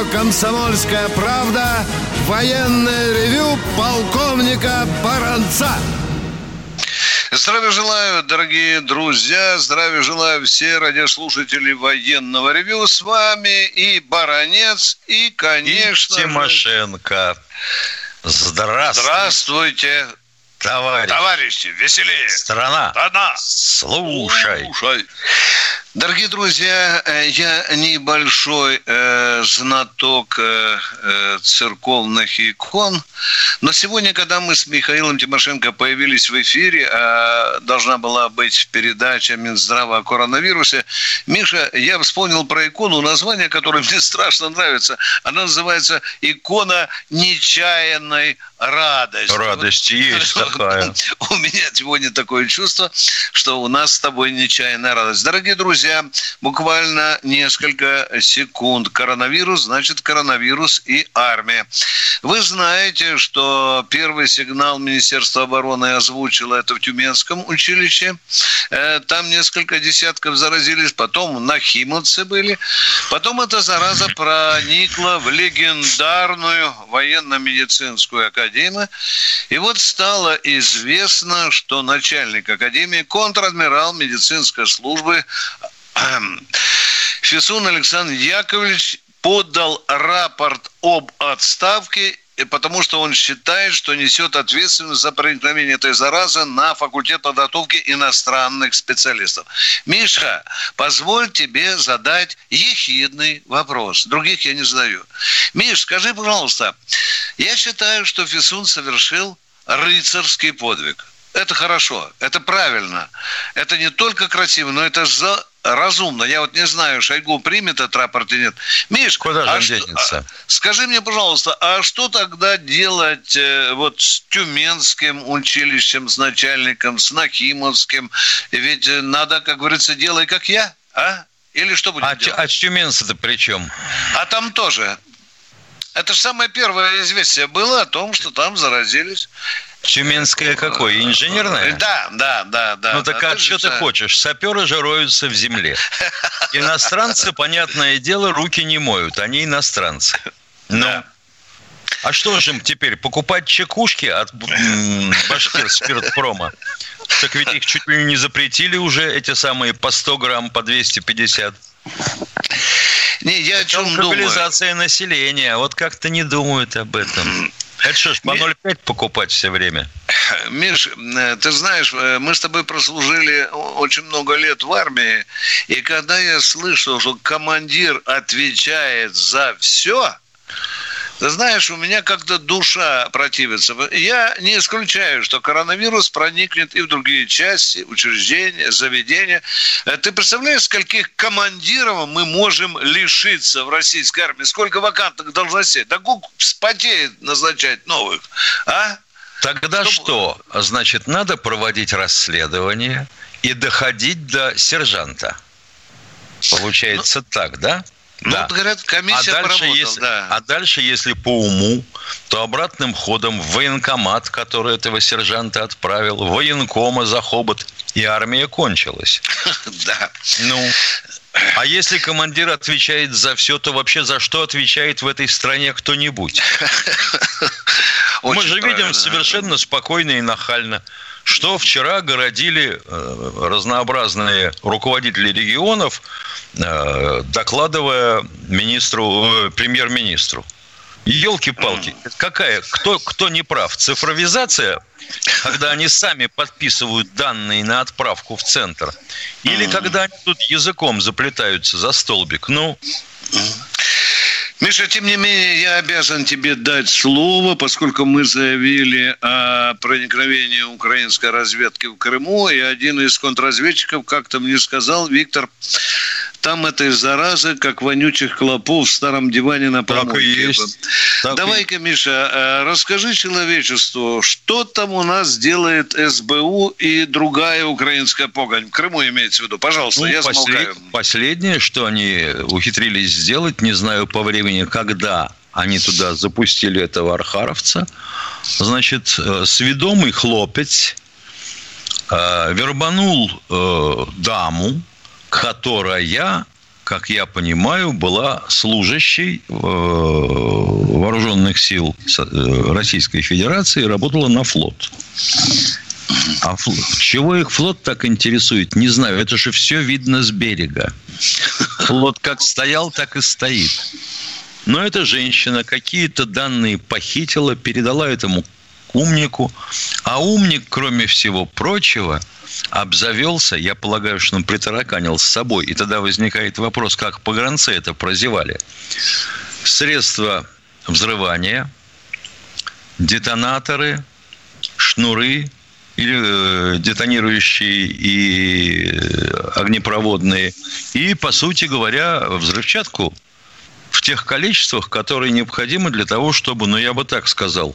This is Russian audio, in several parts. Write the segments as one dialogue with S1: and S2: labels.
S1: «Комсомольская правда». Военное ревю полковника Баранца.
S2: Здравия желаю, дорогие друзья, здравия желаю все радиослушатели военного ревю. С вами и Баранец, и, конечно,
S3: и Тимошенко.
S2: Здравствуйте, товарищи, веселее.
S3: Страна. Слушай.
S2: Дорогие друзья, я небольшой знаток церковных икон, но сегодня, когда мы с Михаилом Тимошенко появились в эфире, должна была быть передача Минздрава о коронавирусе, Миша, я вспомнил про икону, название которой мне страшно нравится. Она называется «Икона нечаянной радости».
S3: Радости есть такая.
S2: У меня сегодня такое чувство, что у нас с тобой нечаянная радость. Дорогие друзья, буквально несколько секунд. Коронавирус, значит коронавирус и армия. Вы знаете, что первый сигнал Министерства обороны озвучило это в Тюменском училище. Там несколько десятков заразились, потом нахимовцы были. Потом эта зараза проникла в легендарную военно-медицинскую академию. И вот стало известно, что начальник академии, контр-адмирал медицинской службы Фисун Александр Яковлевич подал рапорт об отставке, потому что он считает, что несет ответственность за проникновение этой заразы на факультет подготовки иностранных специалистов. Миша, позволь тебе задать ехидный вопрос. Других я не задаю. Миш, скажи, пожалуйста, я считаю, что Фисун совершил рыцарский подвиг. Это хорошо, это правильно. Это не только красиво, но это разумно. Я вот не знаю, Шойгу примет этот рапорт или нет. Миш,
S3: куда же он денется?
S2: Скажи мне, пожалуйста, а что тогда делать вот с Тюменским училищем, с начальником, с Нахимовским? Ведь надо, как говорится, делай как я, а? Или что будем делать?
S3: А тюменцы-то при чем?
S2: А там тоже. Это же самое первое известие было о том, что там заразились.
S3: Тюменское какое? Инженерное?
S2: Да.
S3: Ну так а что ты хочешь? Саперы же роются в земле. Иностранцы, понятное дело, руки не моют. Они иностранцы. Ну, а что же им теперь? Покупать чекушки от Башкирспиртпрома? Так ведь их чуть ли не запретили уже, эти самые по 100 грамм, по 250.
S2: Я о чем думаю?
S3: Мобилизация населения. Вот как-то не думают об этом. Это что ж, по 0,5 покупать все время?
S2: Миш, ты знаешь, мы с тобой прослужили очень много лет в армии, и когда я слышал, что командир отвечает за все, ты знаешь, у меня как-то душа противится. Я не исключаю, что коронавирус проникнет и в другие части, учреждения, заведения. Ты представляешь, скольких командиров мы можем лишиться в российской армии? Сколько вакантных должностей? Да ГУК вспотеет назначать новых, а?
S3: Тогда что? Значит, надо проводить расследование и доходить до сержанта. Получается так, да?
S2: Ну,
S3: да.
S2: Вот, говорят, комиссия поработала.
S3: А дальше, если по уму, то обратным ходом в военкомат, который этого сержанта отправил, в военкома за хобот, и армия кончилась.
S2: Да.
S3: Ну, а если командир отвечает за все, то вообще за что отвечает в этой стране кто-нибудь? Мы же видим совершенно спокойно и нахально, что вчера городили разнообразные руководители регионов, докладывая премьер-министру. Елки-палки, кто не прав? Цифровизация, когда они сами подписывают данные на отправку в центр, или когда они тут языком заплетаются за столбик? Ну...
S2: Миша, тем не менее, я обязан тебе дать слово, поскольку мы заявили о проникновении украинской разведки в Крыму, и один из контрразведчиков как-то мне сказал: Виктор, там этой заразы, как вонючих клопов в старом диване на помойке.
S3: Так и есть.
S2: Давай-ка, Миша, расскажи человечеству, что там у нас делает СБУ и другая украинская погонь. В Крыму имеется в виду. Пожалуйста, я замолкаю.
S3: Последнее, что они ухитрились сделать, не знаю по времени, когда они туда запустили этого архаровца, значит, сведомый хлопец вербанул даму, которая как я понимаю, была служащей вооруженных сил Российской Федерации и работала на флот. А чего их флот так интересует, не знаю. Это же все видно с берега. Флот как стоял, так и стоит. Но эта женщина какие-то данные похитила, передала этому умнику. А умник, кроме всего прочего, обзавелся, я полагаю, что он притараканил с собой. И тогда возникает вопрос, как погранцы это прозевали. Средства взрывания, детонаторы, шнуры, или детонирующие и огнепроводные. И, по сути говоря, взрывчатку в тех количествах, которые необходимы для того, чтобы, я бы так сказал,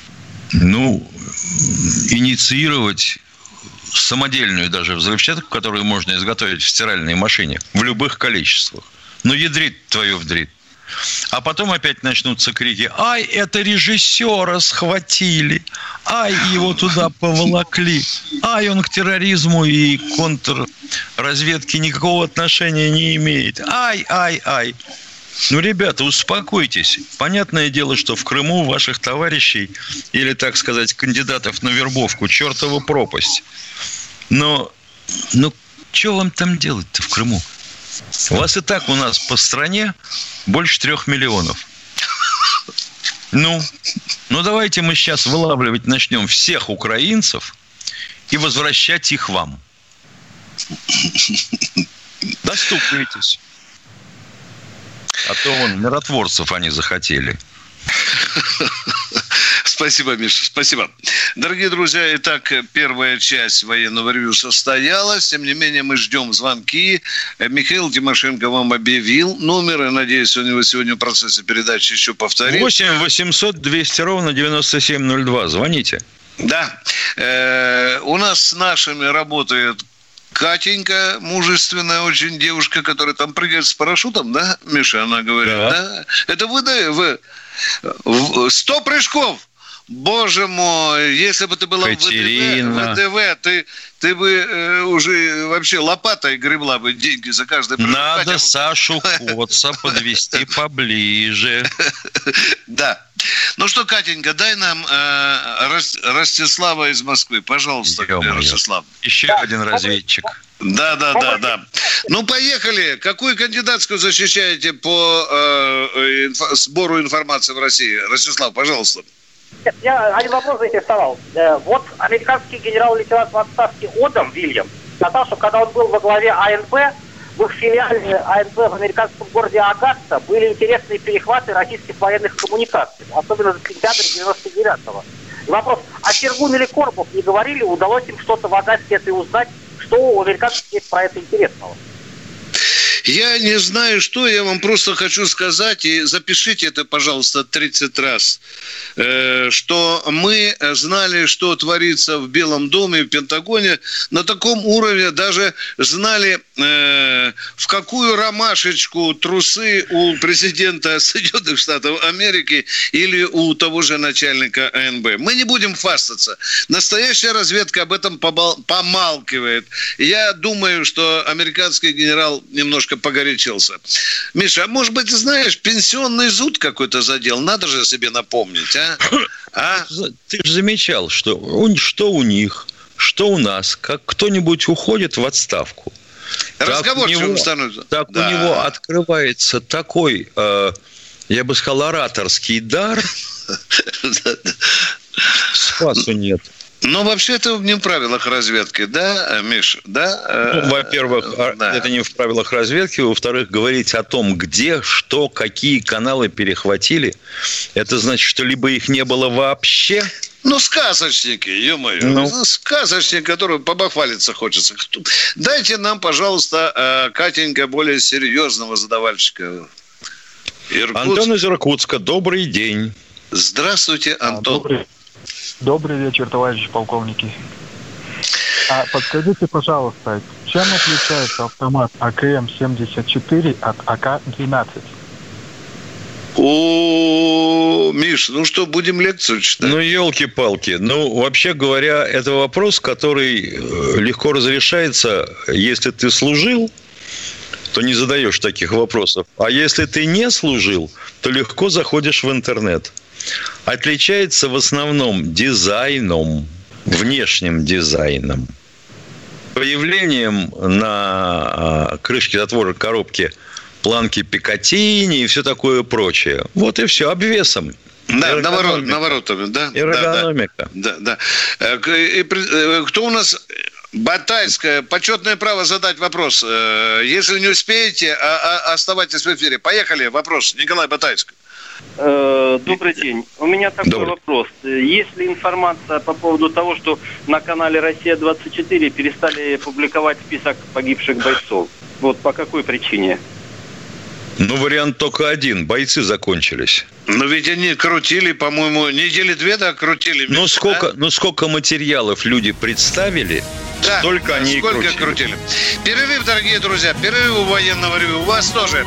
S3: инициировать самодельную даже взрывчатку, которую можно изготовить в стиральной машине в любых количествах. Ядрит твою вдрит. А потом опять начнутся крики: «Ай, это режиссера схватили! Ай, его туда поволокли! Ай, он к терроризму и контрразведке никакого отношения не имеет! Ай, ай, ай!» Ребята, успокойтесь. Понятное дело, что в Крыму ваших товарищей, или, так сказать, кандидатов на вербовку, чертова пропасть. Но что вам там делать-то в Крыму? Вас и так у нас по стране больше 3 миллионов. Давайте мы сейчас вылавливать начнем всех украинцев и возвращать их вам. Достукайтесь. А то миротворцев они захотели.
S2: Спасибо, Миша, спасибо. Дорогие друзья, итак, первая часть военного ревью состоялась. Тем не менее, мы ждем звонки. Михаил Тимошенко вам объявил номер. Я надеюсь, у него сегодня в процессе передачи еще повторит.
S3: 8 800 200 ровно 9702. Звоните.
S2: Да. У нас с нашими работает Катенька, мужественная очень девушка, которая там прыгает с парашютом, да, Миша, она говорит, да? Это вы 100 прыжков! Боже мой, если бы ты была
S3: Катерина.
S2: в ВДВ, ты бы уже вообще лопатой гребла бы деньги за каждый прыжок.
S3: Надо Сашу Коца подвести поближе.
S2: Да. Что, Катенька, дай нам Ростислава из Москвы. Пожалуйста, Ростислав.
S3: Еще один разведчик.
S2: Да. Поехали. Какую кандидатскую защищаете по сбору информации в России? Ростислав, пожалуйста.
S4: Я один вопрос заинтересовал. Вот американский генерал-лейтенант в отставке Одам Вильям сказал, что когда он был во главе АНБ, в их филиале АНБ в американском городе Агатта были интересные перехваты российских военных коммуникаций, особенно за сентябрь 99-го. И вопрос, а Сергун или Корбов не говорили, удалось им что-то в Агатте это узнать, что у американцев есть про это интересного?
S2: Я не знаю, что, я вам просто хочу сказать, и запишите это, пожалуйста, 30 раз, что мы знали, что творится в Белом доме, в Пентагоне, на таком уровне даже знали, в какую ромашечку трусы у президента Соединенных Штатов Америки или у того же начальника АНБ. Мы не будем хвастаться. Настоящая разведка об этом помалкивает. Я думаю, что американский генерал немножко погорячился. Миша, а может быть, знаешь, пенсионный зуд какой-то задел? Надо же себе напомнить, а?
S3: Ты же замечал, что у них, что у нас, как кто-нибудь уходит в отставку.
S2: Разговорчивым становится.
S3: Так да. У него открывается такой, я бы сказал, ораторский дар. Спасу нет.
S2: Но вообще это не в правилах разведки, да, Миш? Да?
S3: Во-первых, это не в правилах разведки. Во-вторых, говорить о том, где, что, какие каналы перехватили, это значит, что либо их не было вообще.
S2: Сказочники, ё-моё. Сказочник, который побахвалиться хочется. Дайте нам, пожалуйста, Катенька, более серьезного задавальщика.
S3: Антон из Иркутска, добрый день.
S2: Здравствуйте, Антон.
S5: Добрый вечер, товарищи полковники. Подскажите, пожалуйста, чем отличается автомат АКМ-74 от АК-12?
S2: Миш, что, будем лекцию читать?
S3: Елки-палки. Вообще говоря, это вопрос, который легко разрешается, если ты служил, то не задаешь таких вопросов. А если ты не служил, то легко заходишь в интернет. Отличается в основном дизайном, внешним дизайном, появлением на крышке затворок коробки планки Пикатини и все такое прочее. Вот и все, обвесом.
S2: Да, наворотами, да.
S3: Эргономика.
S2: Да. Кто у нас? Батайская. Почетное право задать вопрос. Если не успеете, оставайтесь в эфире. Поехали. Вопрос. Николай Батайский.
S6: Добрый день. У меня такой вопрос. Есть ли информация по поводу того, что на канале «Россия-24» перестали публиковать список погибших бойцов? Вот по какой причине?
S3: Вариант только один. Бойцы закончились.
S2: Но ведь они крутили, по-моему, недели 2 крутили.
S3: Сколько материалов люди представили, столько они и крутили.
S2: Перерыв, дорогие друзья. Перерыв у военного ревю. У вас тоже.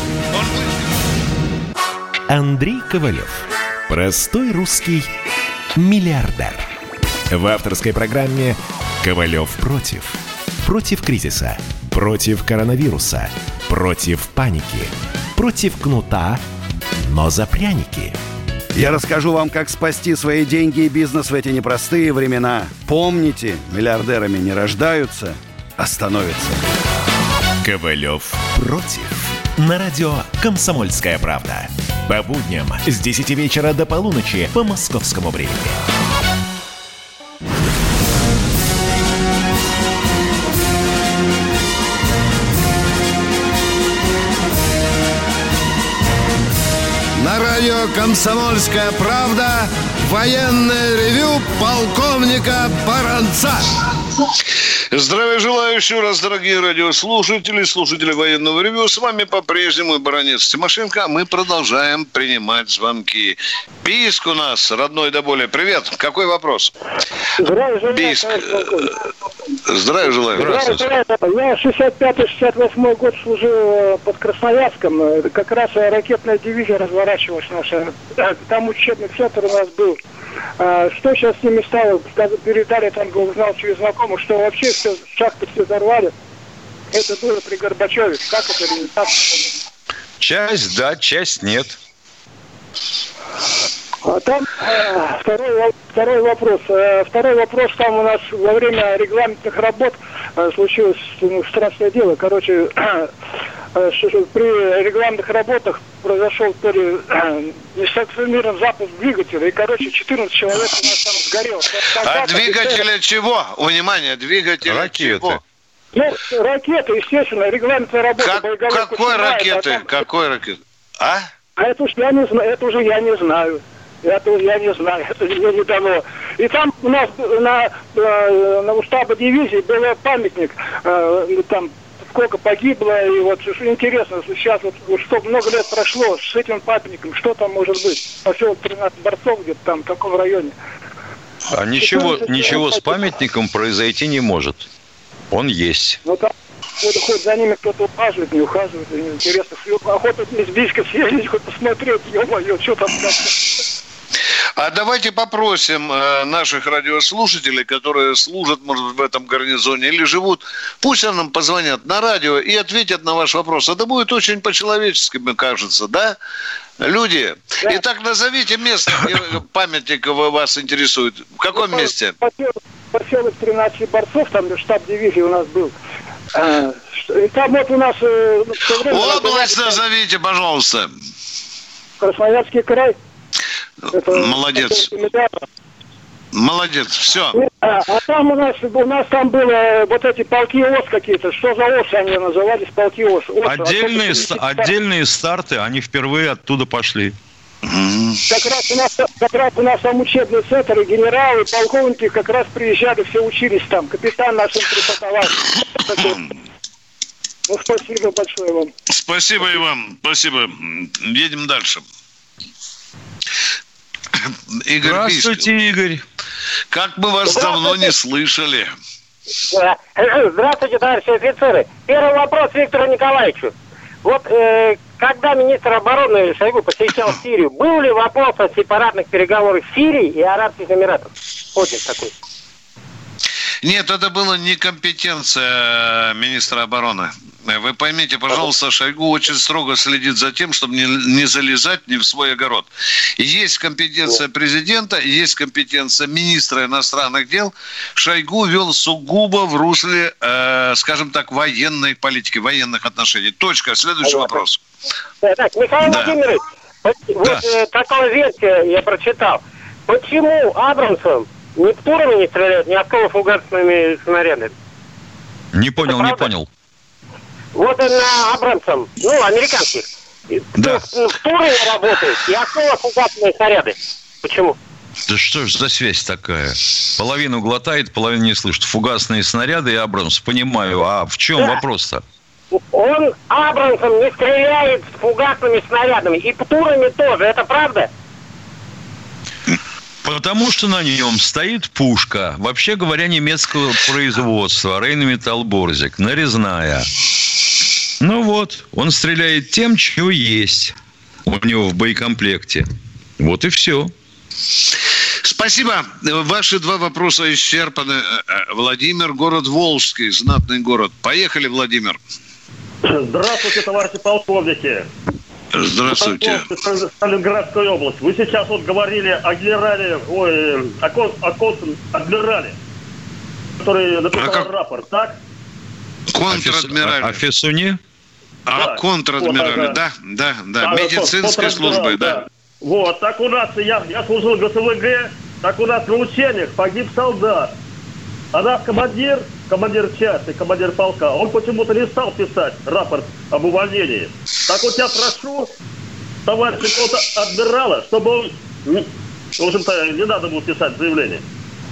S7: Андрей Ковалев. Простой русский миллиардер. В авторской программе «Ковалев против». Против кризиса. Против коронавируса. Против паники. Против кнута, но за пряники.
S8: Я расскажу вам, как спасти свои деньги и бизнес в эти непростые времена. Помните, миллиардерами не рождаются, а становятся.
S7: Ковалев против. На радио «Комсомольская правда». По будням с 10 вечера до полуночи по московскому времени.
S1: На радио «Комсомольская правда» военное ревю полковника Баранца.
S2: Здравия желаю еще раз, дорогие радиослушатели, слушатели военного ревю. С вами по-прежнему Баранец Тимошенко, а мы продолжаем принимать звонки. Бийск у нас, родной до боли. Привет, какой вопрос?
S9: Здравия желаю.
S2: Бийск. Здравия желаю.
S9: Здравствуйте. Я 65-68 год служил под Красноярском. Как раз ракетная дивизия разворачивалась наша. Там учебный центр у нас был. Что сейчас с ними стало? Передали, там узнал через знакомых, что вообще все, шахты все взорвали. Это было при Горбачеве. Как это или так?
S3: Часть да, часть нет.
S9: А там второй вопрос. Второй вопрос, там у нас во время регламентных работ случилось страшное дело. Короче, при регламентных работах произошел то ли несанкционированный запуск двигателя, и, 14 человек у нас там сгорело.
S2: А двигателя чего? Внимание, двигателя чего?
S9: Ракеты, естественно, регламентная работа.
S2: Какой ракеты? Какой ракеты? А
S9: это уж я не знаю, это уже я не знаю. Это мне не дано. И там у нас на штабе дивизии был памятник, там сколько погибло, и вот интересно, сейчас вот что много лет прошло с этим памятником, что там может быть? Поселок 13 Борцов где-то там, в каком районе?
S3: А ничего с памятником произойти не может. Он есть.
S9: Ну там хоть за ними кто-то ухаживает, не ухаживает, интересно. Охота из Бийска съездить, хоть посмотреть, ё-моё, что там.
S2: А давайте попросим наших радиослушателей, которые служат, может быть, в этом гарнизоне или живут, пусть они нам позвонят на радио и ответят на ваш вопрос. Это будет очень по-человечески, мне кажется, да? Люди, да. Итак, назовите место, где памятник вас интересует. В каком месте?
S9: Поселок 13 Борцов, там штаб дивизии у нас был. И там вот у нас...
S2: Область назовите, пожалуйста.
S9: Красноярский край.
S2: Молодец. Молодец, все.
S9: А там у нас там было вот эти полки ОС какие-то. Что за ОС они назывались, полки ОС?
S3: Отдельные старты, они впервые оттуда пошли.
S9: Как раз у нас там учебный центр, и генералы, и полковники как раз приезжали, все учились там. Капитан наш им преподавал. Ну, спасибо большое вам.
S2: Спасибо и вам. Спасибо. Едем дальше. Игорь.
S3: Здравствуйте, Бийск. Игорь.
S2: Как мы вас давно не слышали.
S4: Здравствуйте, товарищи офицеры. Первый вопрос Виктору Николаевичу. Вот когда министр обороны Шойгу посещал Сирию, был ли вопрос о сепаратных переговорах Сирии и Арабских Эмиратов? Очень такой.
S2: Нет, это была не компетенция министра обороны. Вы поймите, пожалуйста, Шойгу очень строго следит за тем, чтобы не залезать не в свой огород. Есть компетенция президента, есть компетенция министра иностранных дел. Шойгу вел сугубо в русле, скажем так, военной политики, военных отношений. Точка. Следующий вопрос.
S4: Так, Михаил Владимирович, вот такую версию я прочитал. Почему Абрамсом ни птурами не стреляют, ни осколофугасными снарядами?
S3: Не понял.
S4: Вот на Абрамсом, американских.
S3: Да.
S4: Птуры не работают, и осколофугасные снаряды. Почему?
S3: Да что ж за связь такая? Половину глотает, половину не слышит. Фугасные снаряды и Абрамс, понимаю. А в чем вопрос-то?
S4: Он Абрамсом не стреляет фугасными снарядами, и птурами тоже. Это правда?
S3: Потому что на нем стоит пушка, вообще говоря, немецкого производства, Rheinmetall Borsig, нарезная. Он стреляет тем, что есть у него в боекомплекте. Вот и все.
S2: Спасибо. Ваши два вопроса исчерпаны. Владимир, город Волжский, знатный город. Поехали, Владимир.
S10: Здравствуйте, товарищи полковники.
S2: Здравствуйте.
S10: Сталинградская область. Вы сейчас говорили о генерале, адмирале, который написал рапорт, так?
S2: Контр-адмирале.
S3: О Фессуне?
S2: Контр-адмирале, да. Медицинской службы, да.
S10: Вот, так у нас, я служил в ГСВГ, так у нас на учениях погиб солдат. А наш командир части, командир полка, он почему-то не стал писать рапорт об увольнении. Так вот я прошу товарища адмирала, чтобы он, в общем-то, не надо было писать заявление.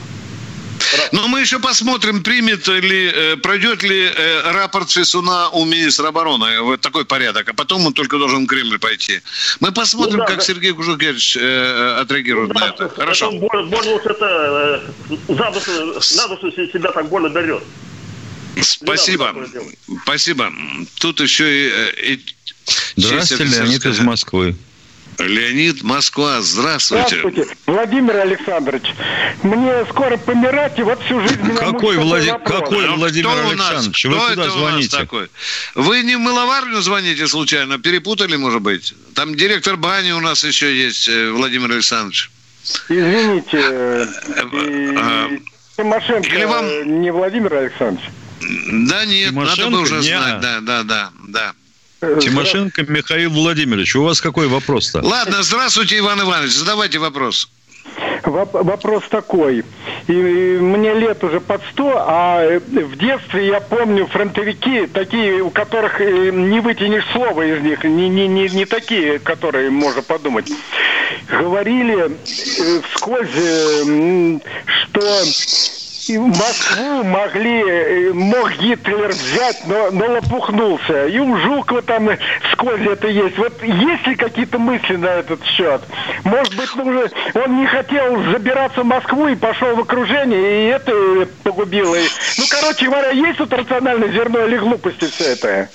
S2: Но мы еще посмотрим, пройдет ли рапорт Фессуна у министра обороны. Вот такой порядок. А потом он только должен в Кремль пойти. Мы посмотрим, как Сергей Кужугевич отреагирует на это. Хорошо.
S10: Больно уж это на душу себя так больно берет.
S2: Спасибо. Тут еще и
S3: здравствуйте, Леонид из Москвы.
S2: Леонид, Москва, здравствуйте.
S9: Здравствуйте, Владимир Александрович. Мне скоро помирать, и вот всю жизнь меня
S3: Какой Владимир Александрович? Вы куда звоните?
S2: Такой? Вы не в мыловарню звоните случайно? Перепутали, может быть? Там директор бани у нас еще есть, Владимир Александрович.
S9: Извините, Тимошенко
S2: или вам...
S9: не Владимир Александрович?
S2: Да нет,
S3: Тимошенко?
S2: Надо бы уже знать. Да.
S3: Тимошенко Михаил Владимирович, у вас какой вопрос-то?
S2: Ладно, здравствуйте, Иван Иванович, задавайте вопрос.
S9: Вопрос такой. И мне лет уже под 100, а в детстве я помню фронтовики, такие, у которых не вытянешь слова из них, не такие, которые можно подумать. Говорили вскользь, что Москву мог Гитлер взять, но лопухнулся. И у Жукова там вскользь это есть. Вот есть ли какие-то мысли на этот счет? Может быть, он не хотел забираться в Москву и пошел в окружение, и это погубило. Короче говоря, есть тут рациональное зерно или глупости все это?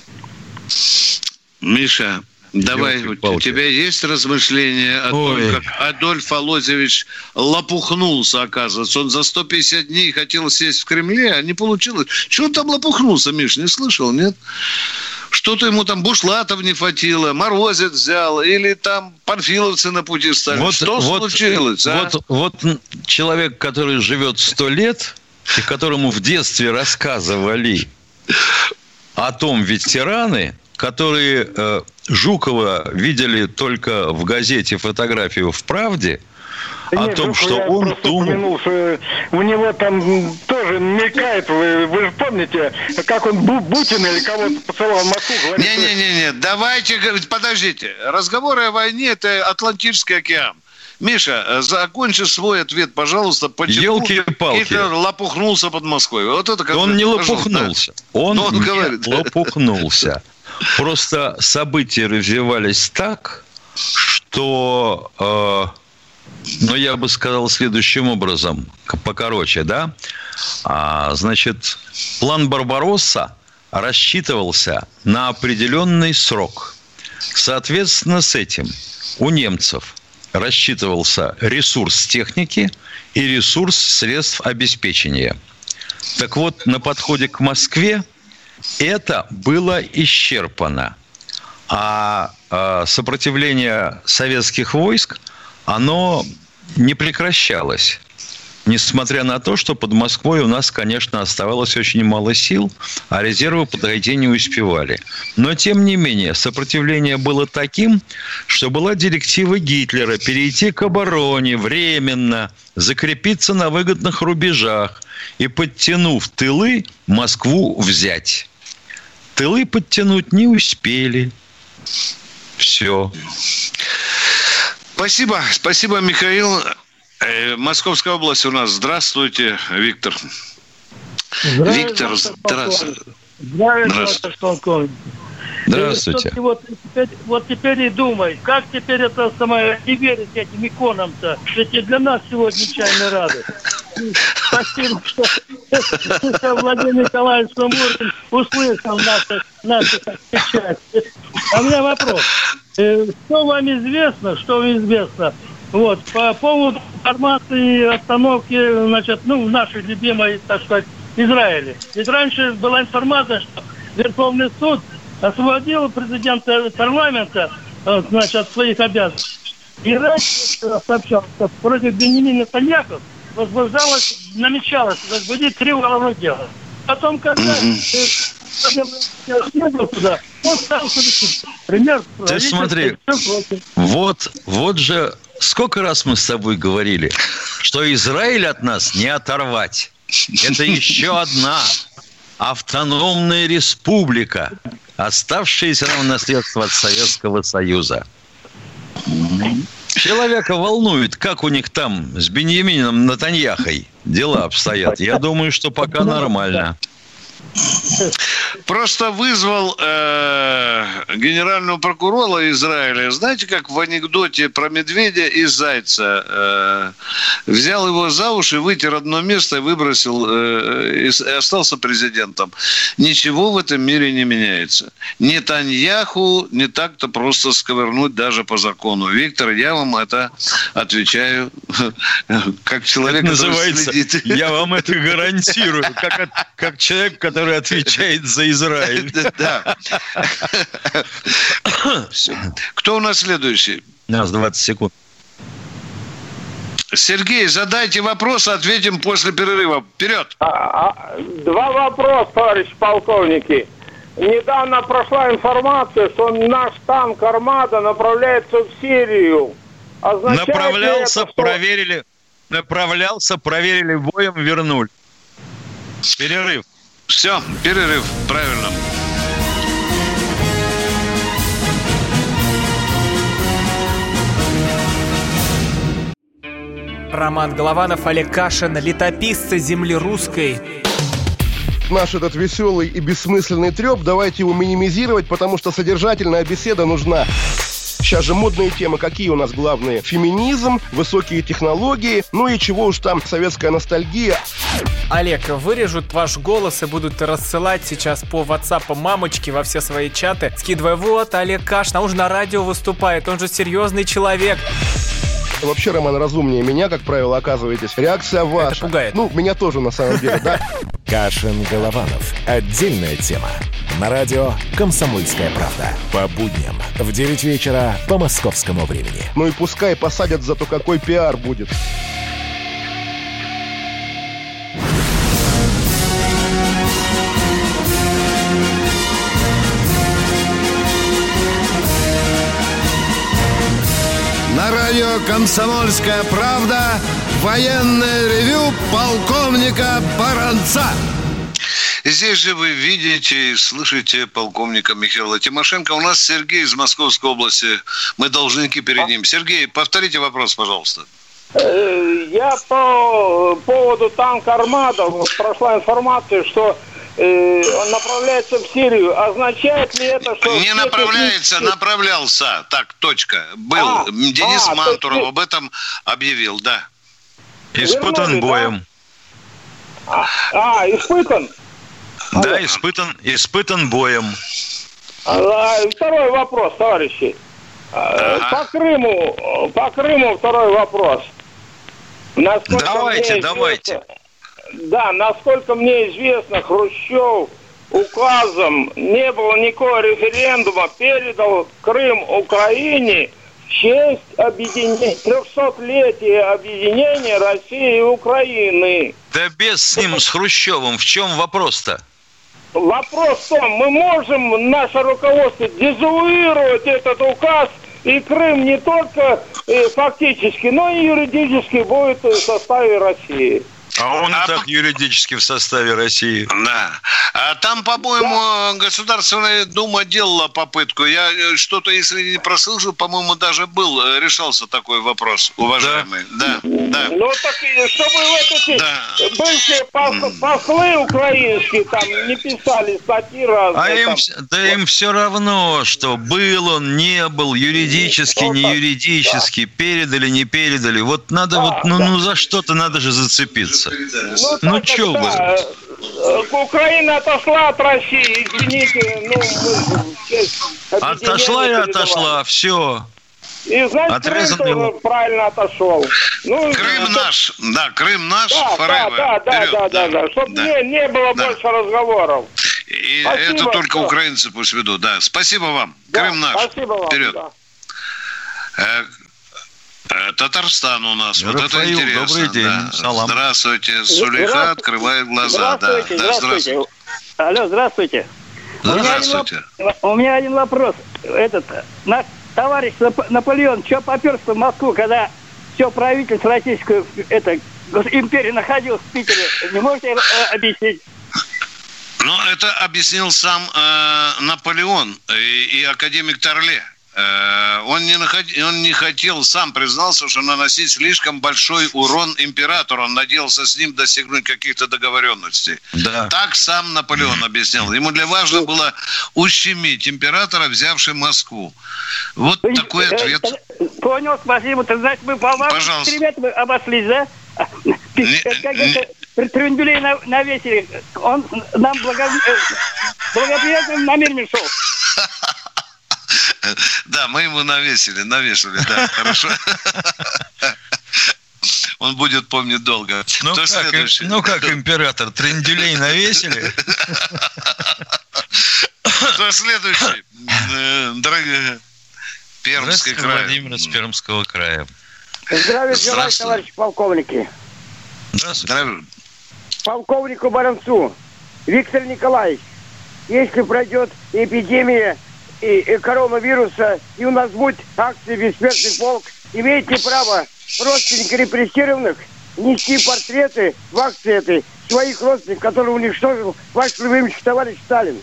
S2: Миша, давай, у тебя есть размышления о том, как Адольф Алозевич лопухнулся, оказывается. Он за 150 дней хотел сесть в Кремле, а не получилось. Чего он там лопухнулся, Миш, не слышал, нет? Что-то ему там бушлатов не хватило, Морозец взял, или там панфиловцы на пути стали. Что случилось?
S3: Вот человек, который живет 100 лет, и которому в детстве рассказывали о том ветераны, которые Жукова видели только в газете фотографию в «Правде», о том, что он думал...
S9: Что у него там тоже мелькает, вы же помните, как он Бутин или кого-то посылал в Москву.
S2: Не, давайте, подождите. Разговоры о войне – это Атлантический океан. Миша, закончи свой ответ, пожалуйста, почему Гитлер лопухнулся под Москвой. Вот это
S3: он не лопухнулся. Он не лопухнулся. Просто события развивались так, что, я бы сказал следующим образом, покороче, да? Значит, план Барбаросса рассчитывался на определенный срок. Соответственно, с этим у немцев рассчитывался ресурс техники и ресурс средств обеспечения. Так вот, на подходе к Москве это было исчерпано. А сопротивление советских войск, оно не прекращалось. Несмотря на то, что под Москвой у нас, конечно, оставалось очень мало сил, а резервы подойти не успевали. Но, тем не менее, сопротивление было таким, что была директива Гитлера перейти к обороне временно, закрепиться на выгодных рубежах и, подтянув тылы, Москву взять. Тылы подтянуть не успели. Все.
S2: Спасибо, Михаил. Московская область у нас. Здравствуйте, Виктор. Виктор, здравствуйте.
S11: Здравствуйте, полковник.
S3: Здравствуйте.
S11: Вот теперь и думай, как теперь это самое не верить этим иконам-то? Ведь и для нас сегодня чайная радость. Спасибо, что Владимир Николаевич Шумурин услышал наши части. А у меня вопрос. Что вам известно? Вот, по поводу информации и обстановки, значит, в нашей любимой, так сказать, Израиле. Ведь раньше была информация, что Верховный суд освободил президента парламента, значит, от своих обязанностей. И раньше сообщал, что против Беньямина Нетаньяху намечалось возбудить 3 уголовных дела. Потом, когда съездил туда, он стал пример.
S3: Ты смотри, вот же сколько раз мы с тобой говорили, что Израиль от нас не оторвать. Это еще одна автономная республика, оставшаяся нам наследство от Советского Союза. Человека волнует, как у них там с Беньямином Нетаньяхой дела обстоят. Я думаю, что пока нормально.
S2: Просто вызвал генерального прокурора Израиля. Знаете, как в анекдоте про медведя и зайца. Взял его за уши, вытер одно место и выбросил, и остался президентом. Ничего в этом мире не меняется. Нетаньяху не так-то просто сковырнуть даже по закону. Виктор, я вам это отвечаю как человек,
S3: это называется, который следит. Я вам это гарантирую, как человек, который отвечает за Израиль.
S2: Да. Кто у нас следующий?
S3: У нас 20 секунд.
S2: Сергей, задайте вопрос, ответим после перерыва. Вперед!
S9: 2 вопроса, товарищ полковники. Недавно прошла информация, что наш танк «Армада» направляется в Сирию.
S3: Направлялся, проверили, боем вернули. Перерыв.
S2: Все, перерыв, правильно.
S12: Роман Голованов, Олег Кашин, летописцы земли русской.
S13: Наш этот веселый и бессмысленный треп, давайте его минимизировать, потому что содержательная беседа нужна. Сейчас же модные темы, какие у нас главные? Феминизм, высокие технологии, ну и чего уж там, советская ностальгия.
S12: Олег, вырежут ваш голос и будут рассылать сейчас по WhatsApp мамочки во все свои чаты, скидывая: вот, Олег Кашин, он же на радио выступает, он же серьезный человек.
S13: Вообще, Роман, разумнее меня, как правило, оказываетесь. Реакция ваша.
S12: Это пугает.
S13: Меня тоже, на самом деле, да?
S7: Кашин-Голованов. Отдельная тема. На радио «Комсомольская правда». По будням в 9 вечера по московскому времени.
S13: Ну и пускай посадят, зато какой пиар будет.
S1: На радио «Комсомольская правда» военное ревю полковника Баранца.
S2: Здесь же вы видите и слышите полковника Михаила Тимошенко. У нас Сергей из Московской области. Мы должники перед ним. Сергей, повторите вопрос, пожалуйста.
S9: Я по поводу танка «Армада». Прошла информация, что он направляется в Сирию. Означает ли это, что...
S2: Не направляется, направлялся. Так, точка. Был. Денис Мантуров об этом объявил, да.
S3: Испытан боем.
S9: Испытан?
S3: Да, испытан боем.
S9: Второй вопрос, товарищи. По Крыму второй вопрос.
S3: Давайте.
S9: насколько мне известно, Хрущев указом не было никакого референдума, передал Крым Украине в честь 300-летия объединения России и Украины.
S3: Да без с ним, с Хрущевым. В чем вопрос-то?
S9: Вопрос в том, мы можем, наше руководство, дезавуировать этот указ, и Крым не только фактически, но и юридически будет в составе России.
S3: А он и так юридически в составе России.
S2: Да. А там, по-моему, Государственная Дума делала попытку. Я что-то, если не прослышал, по-моему, даже решался такой вопрос, уважаемый. Да.
S9: Ну, так, чтобы бывшие послы украинские там не писали статьи разные.
S3: Им все равно, что был он, не был, юридически, не юридически, передали, не передали. Вот надо за что-то надо же зацепиться. Что вы?
S9: Украина отошла от России, извините.
S3: Отошла и отошла, все.
S9: И, значит, Крым тоже правильно отошел.
S2: Крым наш, Крым наш, forever.
S9: Да. Чтобы не было больше разговоров.
S2: И это только украинцы пусть ведут, да. Спасибо вам. Крым наш.
S9: Спасибо вам.
S2: Вперед. Татарстан у нас.
S3: Рафаил,
S2: вот это интересно.
S3: Добрый день.
S2: Да.
S3: Салам.
S2: Здравствуйте. Сулейха открывает глаза.
S4: Здравствуйте. Алло, здравствуйте.
S2: Здравствуйте.
S4: У меня один вопрос. Товарищ Наполеон, что поперся в Москву, когда все правительство российской империи находилось в Питере? Не можете объяснить?
S2: Это объяснил сам Наполеон и академик Торле. Он не хотел, сам признался, что наносить слишком большой урон императору. Он надеялся с ним достигнуть каких-то договоренностей. Да. Так сам Наполеон объяснял. Ему важно было ущемить императора, взявший Москву. Вот такой ответ.
S4: Понял, спасибо. Ты знаешь, мы по вам 4 метра обошлись, да? Трюндюлей навесили. Он нам благоприятным намерением шел.
S2: Да, мы ему навешали, да, хорошо. Он будет помнить долго.
S3: Как император, тренделей навесили?
S2: Кто следующий? Дорогой Пермский край.
S3: Владимир из Пермского края.
S4: Здравия желаю, товарищи полковники.
S3: Здравствуйте.
S4: Полковнику Баранцу. Виктор Николаевич, если пройдет эпидемия и коронавируса, и у нас будет акция «Бессмертный полк», имеете право родственники репрессированных нести портреты в акции этой своих родственников, которые уничтожил ваш любимый товарищ Сталин.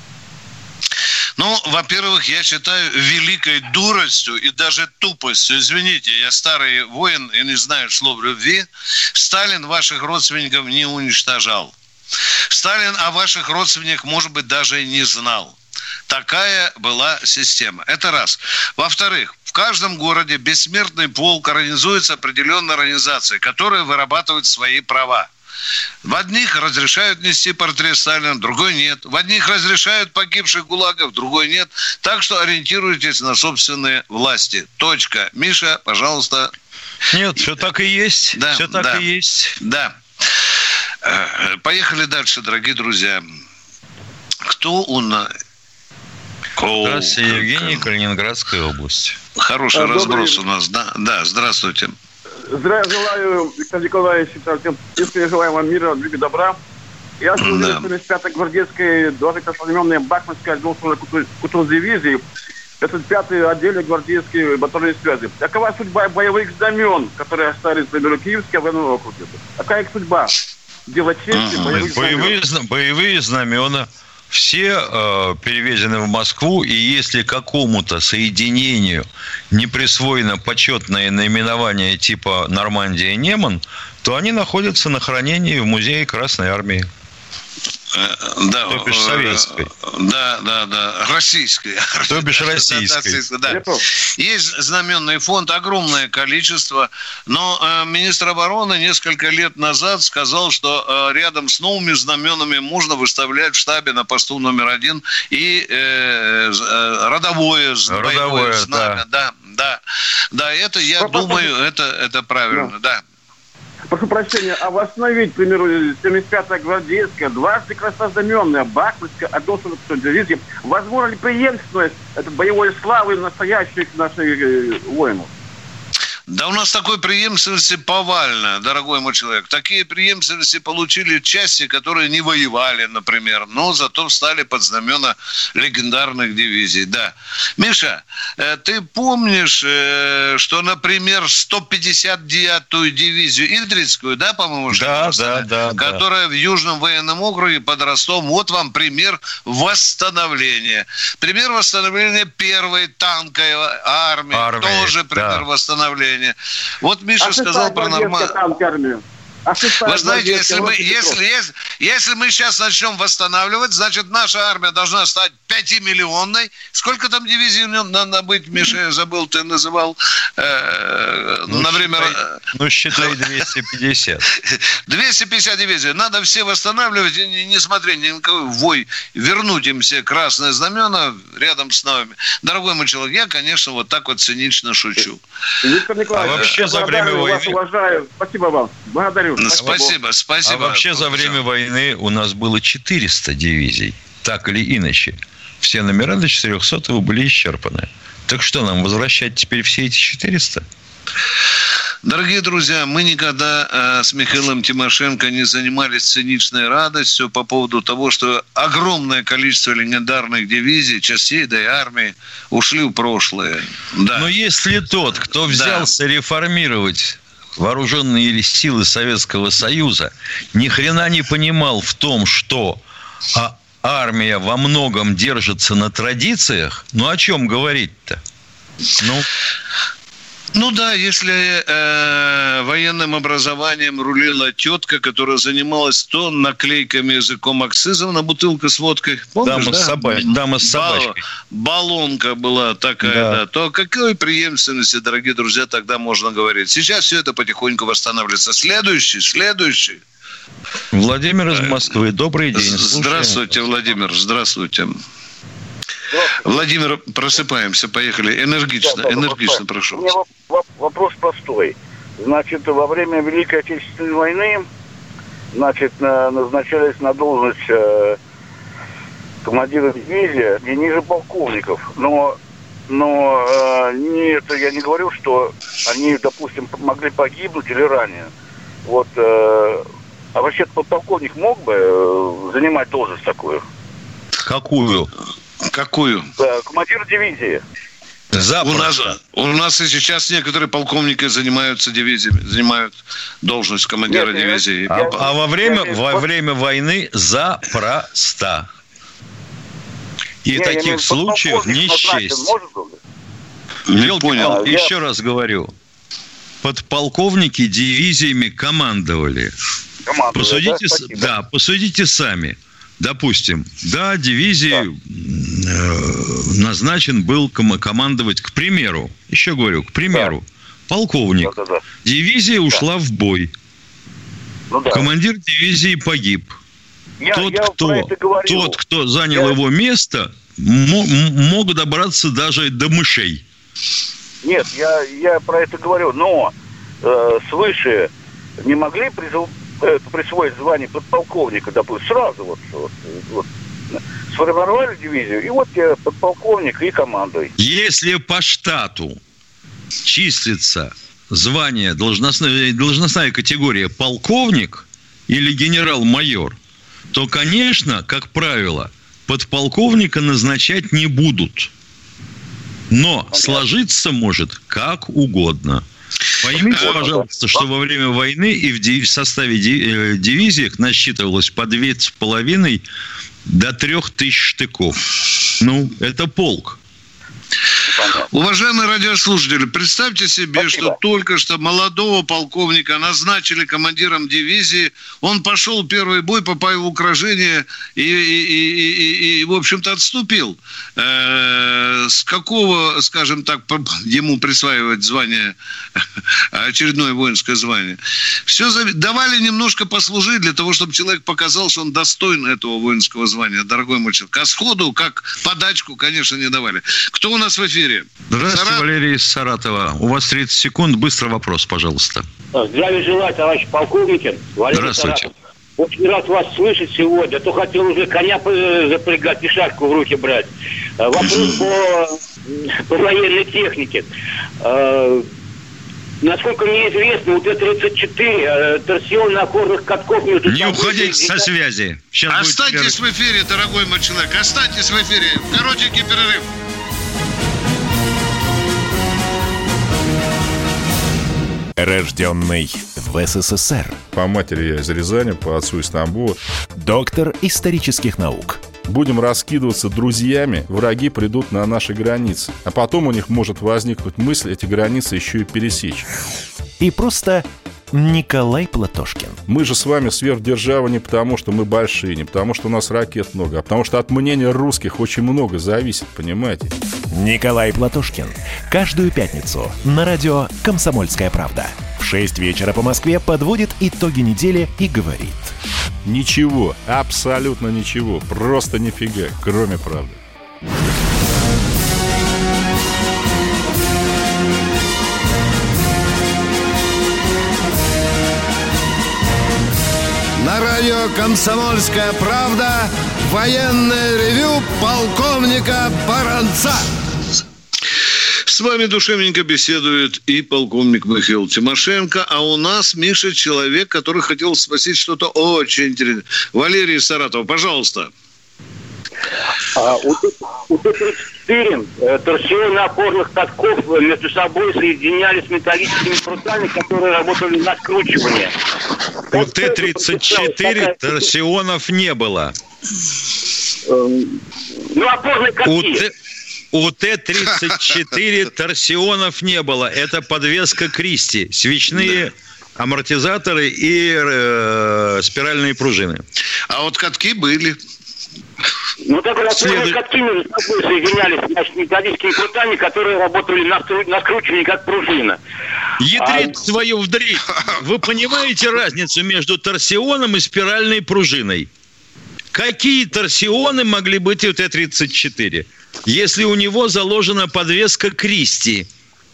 S2: Во-первых, я считаю великой дуростью и даже тупостью. Извините, я старый воин и не знаю слов любви. Сталин ваших родственников не уничтожал. Сталин о ваших родственниках, может быть, даже и не знал. Такая была система. Это раз. Во-вторых, в каждом городе бессмертный полк организуется определенной организацией, которая вырабатывает свои права. В одних разрешают нести портрет Сталина, в другой нет. В одних разрешают погибших гулагов, в другой нет. Так что ориентируйтесь на собственные власти. Точка. Миша, пожалуйста.
S3: Нет, все так и есть.
S2: Да,
S3: все так и есть.
S2: Да. Поехали дальше, дорогие друзья. Кто у нас...
S3: Здравствуйте, Евгений, Калининградская область.
S2: Хороший разброс у нас, да, здравствуйте.
S14: Здравия желаю, Виктор Николаевич, искренне желаю вам мира, любви, добра. Я служил в 75-й гвардейской 25-й Бахмутской отдельной дивизии, 5-й отделе гвардейской батальонной связи. Какова судьба боевых знамен, которые остались в Киевском военном округе? Какая их судьба? Дело чести,
S3: боевые знамена. Все перевезены в Москву, и если какому-то соединению не присвоено почетное наименование типа «Нормандия-Неман», то они находятся на хранении в музее Красной Армии.
S2: Да,
S3: то бишь советской.
S2: Да, российской.
S3: То бишь российской.
S2: Да. Есть знаменный фонд, огромное количество, но министр обороны несколько лет назад сказал, что рядом с новыми знаменами можно выставлять в штабе на посту номер 1 и родовое знамя. Да, это, я думаю, это правильно, да.
S14: прошу прощения, а восстановить, к примеру, 75-я гвардейская, дважды краснознаменная, бахмутская, одну дивизию, возможно ли преемственность боевой славы настоящих наших воинов?
S2: Да у нас такой преемственности повально, дорогой мой человек. Такие преемственности получили части, которые не воевали, например, но зато встали под знамена легендарных дивизий. Да. Миша, ты помнишь, что, например, 159-ю дивизию Идрицкую, да, по-моему,
S3: да,
S2: которая в Южном военном округе под Ростовом, вот вам пример восстановления. Пример восстановления первой танковой армии. Тоже пример восстановления. Вот Миша сказал про нормальную... Вы знаете, если мы сейчас начнем восстанавливать, значит, наша армия должна стать 5-миллионной. Сколько там дивизий надо быть, Миша, я забыл, ты называл на время...
S3: считай 250.
S2: 250 дивизий. Надо все восстанавливать и не смотреть ни на какой вой. Вернуть им все красные знамена рядом с нами. Дорогой мой человек, я, конечно, вот так вот цинично шучу.
S14: Виктор Николаевич,
S3: вообще за время войны...
S14: вас уважаю. Спасибо вам. Благодарю.
S2: Спасибо.
S3: А вообще за время войны у нас было 400 дивизий. Так или иначе. Все номера до 400-го были исчерпаны. Так что, нам возвращать теперь все эти 400?
S2: Дорогие друзья, мы никогда с Михаилом Тимошенко не занимались циничной радостью по поводу того, что огромное количество легендарных дивизий, частей, да и армии ушли в прошлое. Да.
S3: Но если тот, кто взялся реформировать вооруженные силы Советского Союза, ни хрена не понимал в том, что армия во многом держится на традициях, ну о чем говорить-то?
S2: Ну да, если военным образованием рулила тетка, которая занималась то наклейками языком акцизов на бутылку с водкой. Помнишь,
S3: Дама с собачкой.
S2: Баллонка была такая, да. То о какой преемственности, дорогие друзья, тогда можно говорить? Сейчас все это потихоньку восстанавливается. Следующий.
S3: Владимир из Москвы. Добрый день.
S2: Здравствуйте, Владимир. Здравствуйте. Владимир, просыпаемся, поехали. Энергично, прошу.
S15: У меня вопрос простой. Значит, во время Великой Отечественной войны, назначались на должность командира дивизии не ниже полковников. Но это я не говорю, что они, допустим, могли погибнуть или ранее. Вот, а вообще подполковник мог бы занимать должность такую?
S3: Какую?
S15: Командир дивизии.
S2: У нас и сейчас некоторые полковники занимают должность командира дивизии.
S3: А во время войны запросто. И таких случаев не счесть.
S2: Не понял.
S3: Еще раз говорю. Подполковники дивизиями командовали. Посудите сами. Допустим, дивизии назначен был командовать, к примеру, полковник. Дивизия ушла в бой. Командир дивизии погиб. Тот, кто занял его место, мог добраться даже до мышей.
S15: Нет, я про это говорю, но свыше не могли присвоить звание подполковника, допустим, сразу вот сформировали дивизию, и вот я подполковник и командуй.
S3: Если по штату числится звание, должностная категория полковник или генерал-майор, то, конечно, как правило, подполковника назначать не будут. Но сложиться может как угодно. Поймите, пожалуйста, что во время войны и в составе дивизии насчитывалось по 2,5 до 3000 штыков. Это полк.
S2: Уважаемые радиослушатели, представьте себе, что только что молодого полковника назначили командиром дивизии, он пошел в первый бой, попал в укрожение и в общем-то, отступил. С какого, скажем так, ему присваивать звание, очередное воинское звание? Все давали немножко послужить для того, чтобы человек показал, что он достоин этого воинского звания, дорогой мой человек. А сходу, как подачку, конечно, не давали. Кто у нас в эфире?
S3: Здравствуйте, Валерий из Саратова. У вас 30 секунд. Быстро вопрос, пожалуйста.
S16: Здравия желаю, товарищ полковники.
S3: Здравствуйте.
S16: Очень рад вас слышать сегодня. А то хотел уже коня запрягать и шашку в руки брать. Вопрос по военной технике. Насколько мне известно, у Т-34 торсион опорных катков между
S3: собой... Не уходите со связи.
S2: Сейчас останьтесь в эфире, дорогой мой человек. Останьтесь в эфире. Коротенький перерыв.
S7: Рожденный в СССР.
S17: По матери я из Рязани, по отцу из Тамбова.
S7: Доктор исторических наук.
S17: Будем раскидываться друзьями, враги придут на наши границы. А потом у них может возникнуть мысль эти границы еще и пересечь.
S7: И просто Николай Платошкин.
S17: Мы же с вами сверхдержава не потому, что мы большие, не потому, что у нас ракет много, а потому что от мнения русских очень много зависит, понимаете?
S7: Николай Платошкин. Каждую пятницу на радио «Комсомольская правда». В 6 вечера по Москве подводит итоги недели и говорит:
S17: ничего, абсолютно ничего, просто нифига, кроме правды.
S1: На радио «Комсомольская правда» военное ревю полковника Баранца.
S2: С вами душевненько беседует и полковник Михаил Тимошенко. А у нас, Миша, человек, который хотел спросить что-то очень интересное. Валерий из Саратова, пожалуйста.
S16: У Т-34 торсионы опорных катков между собой соединялись металлическими прутами, которые работали на скручивание.
S3: У Т-34 торсионов не было.
S16: Опорные катки.
S3: У Т-34 торсионов не было. Это подвеска Кристи. Свечные амортизаторы и спиральные пружины.
S2: А вот катки были.
S16: Так вот, катки между собой соединялись металлическими прутами, которые работали на скручивании, как пружина.
S3: Ядрит свою вдрит. Вы понимаете разницу между торсионом и спиральной пружиной? Какие торсионы могли быть у Т-34, если у него заложена подвеска Кристи?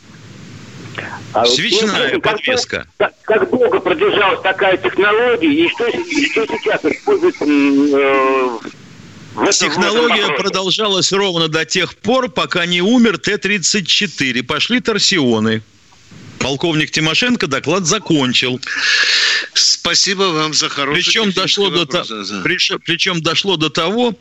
S3: Свечная подвеска.
S16: Как долго продержалась такая технология, и что сейчас используется
S3: Технология продолжалась ровно до тех пор, пока не умер Т-34. Пошли торсионы. Полковник Тимошенко доклад закончил.
S2: Спасибо вам за хороший
S3: Причем дошло до того,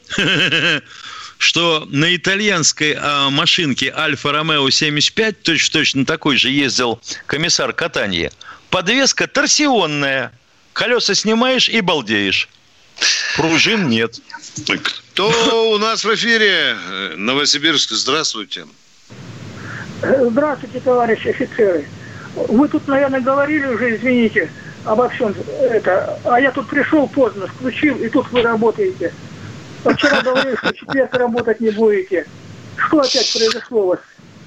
S3: что на итальянской машинке Альфа-Ромео 75, точно такой же ездил комиссар Катанье, подвеска торсионная. Колеса снимаешь и балдеешь. Пружин нет.
S2: Кто у нас в эфире? Новосибирск, здравствуйте.
S11: Здравствуйте, товарищи офицеры. Вы тут, наверное, говорили уже, извините, обо всем это. А я тут пришел поздно, включил, и тут вы работаете. Вчера говорили, что в четверг работать не будете. Что опять произошло у вас?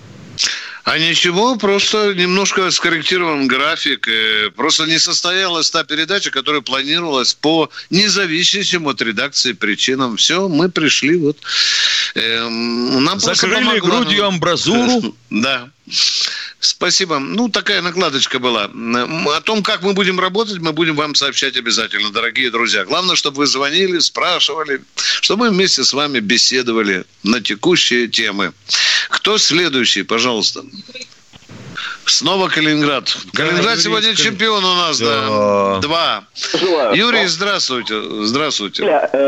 S2: А ничего, просто немножко скорректирован график. Просто не состоялась та передача, которая планировалась по независимым от редакции причинам. Все, мы пришли вот. Нам
S3: закрыли грудью амбразуру.
S2: Да. Спасибо. Такая накладочка была. О том, как мы будем работать, мы будем вам сообщать обязательно, дорогие друзья. Главное, чтобы вы звонили, спрашивали, чтобы мы вместе с вами беседовали на текущие темы. Кто следующий, пожалуйста? Снова Калининград. Калининград сегодня чемпион у нас, да. 2. Юрий, здравствуйте. Здравствуйте.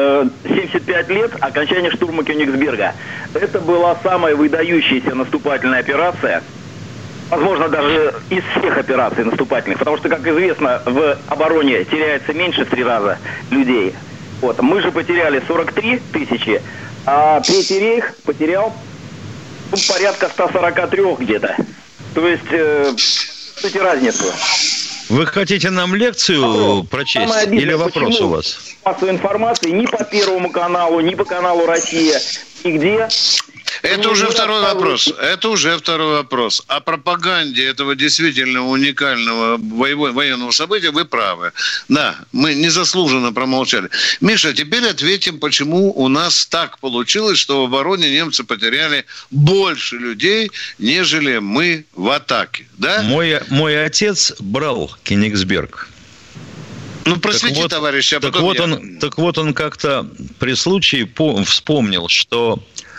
S18: 75 лет, окончание штурма Кёнигсберга. Это была самая выдающаяся наступательная операция. Возможно, даже из всех операций наступательных. Потому что, как известно, в обороне теряется меньше в 3 раза людей. Мы же потеряли 43 тысячи, а Третий рейх потерял порядка 143 где-то. То есть, видите разницу.
S3: Вы хотите нам лекцию прочесть или вопрос у вас?
S18: Массовой информации ни по Первому каналу, ни по каналу «Россия», нигде.
S2: Это уже второй вопрос. Это уже второй вопрос. О пропаганде этого действительно уникального военного события вы правы. Да, мы незаслуженно промолчали. Миша, теперь ответим, почему у нас так получилось, что в обороне немцы потеряли больше людей, нежели мы в атаке. Да?
S3: Мой отец брал Кенигсберг.
S2: Ну, просвети, товарищ, а потом
S3: так вот он как-то при случае вспомнил, что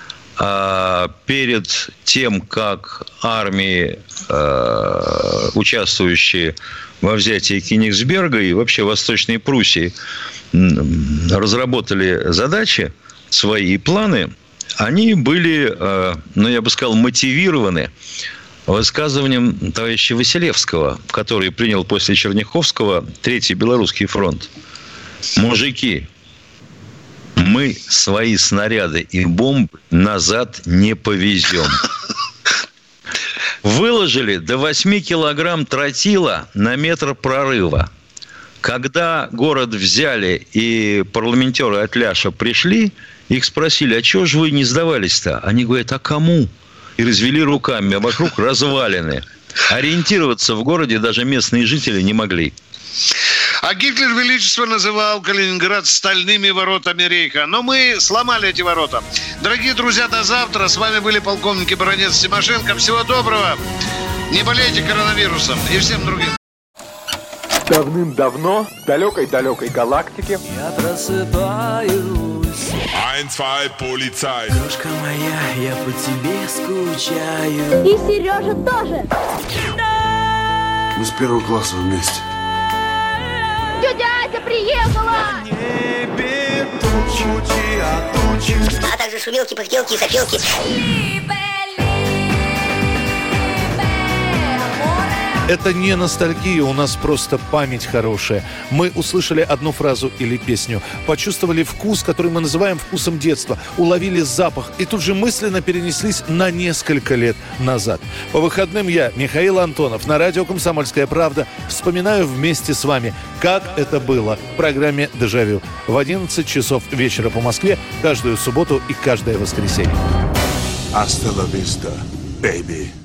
S3: перед тем, как армии, участвующие во взятии Кенигсберга и вообще Восточной Пруссии, разработали задачи, свои планы, они были, я бы сказал, мотивированы высказыванием товарища Василевского, который принял после Черняховского Третий Белорусский фронт. Мужики, мы свои снаряды и бомбы назад не повезем. Выложили до 8 килограмм тротила на метр прорыва. Когда город взяли и парламентеры от Ляша пришли, их спросили, а чего же вы не сдавались-то? Они говорят, а кому? И развели руками, а вокруг развалины. Ориентироваться в городе даже местные жители не могли.
S2: А Гитлер величество называл Калининград стальными воротами рейха. Но мы сломали эти ворота. Дорогие друзья, до завтра. С вами были полковники Баранец, Тимошенко. Всего доброго. Не болейте коронавирусом. И всем другим.
S19: Давным-давно в далекой-далекой галактике
S20: я просыпаюсь.
S21: 1, 2, полицай.
S20: Крошка моя, я по тебе скучаю.
S22: И Сережа тоже.
S23: Мы с первого класса вместе.
S22: Тетя Ася приехала!
S20: Небе тучи,
S22: а также шумелки, пыхтелки и сопелки.
S24: Это не ностальгия, у нас просто память хорошая. Мы услышали одну фразу или песню, почувствовали вкус, который мы называем вкусом детства, уловили запах и тут же мысленно перенеслись на несколько лет назад. По выходным я, Михаил Антонов, на радио «Комсомольская правда» вспоминаю вместе с вами, как это было в программе «Дежавю» в 11 часов вечера по Москве каждую субботу и каждое воскресенье.
S23: Hasta la vista, baby.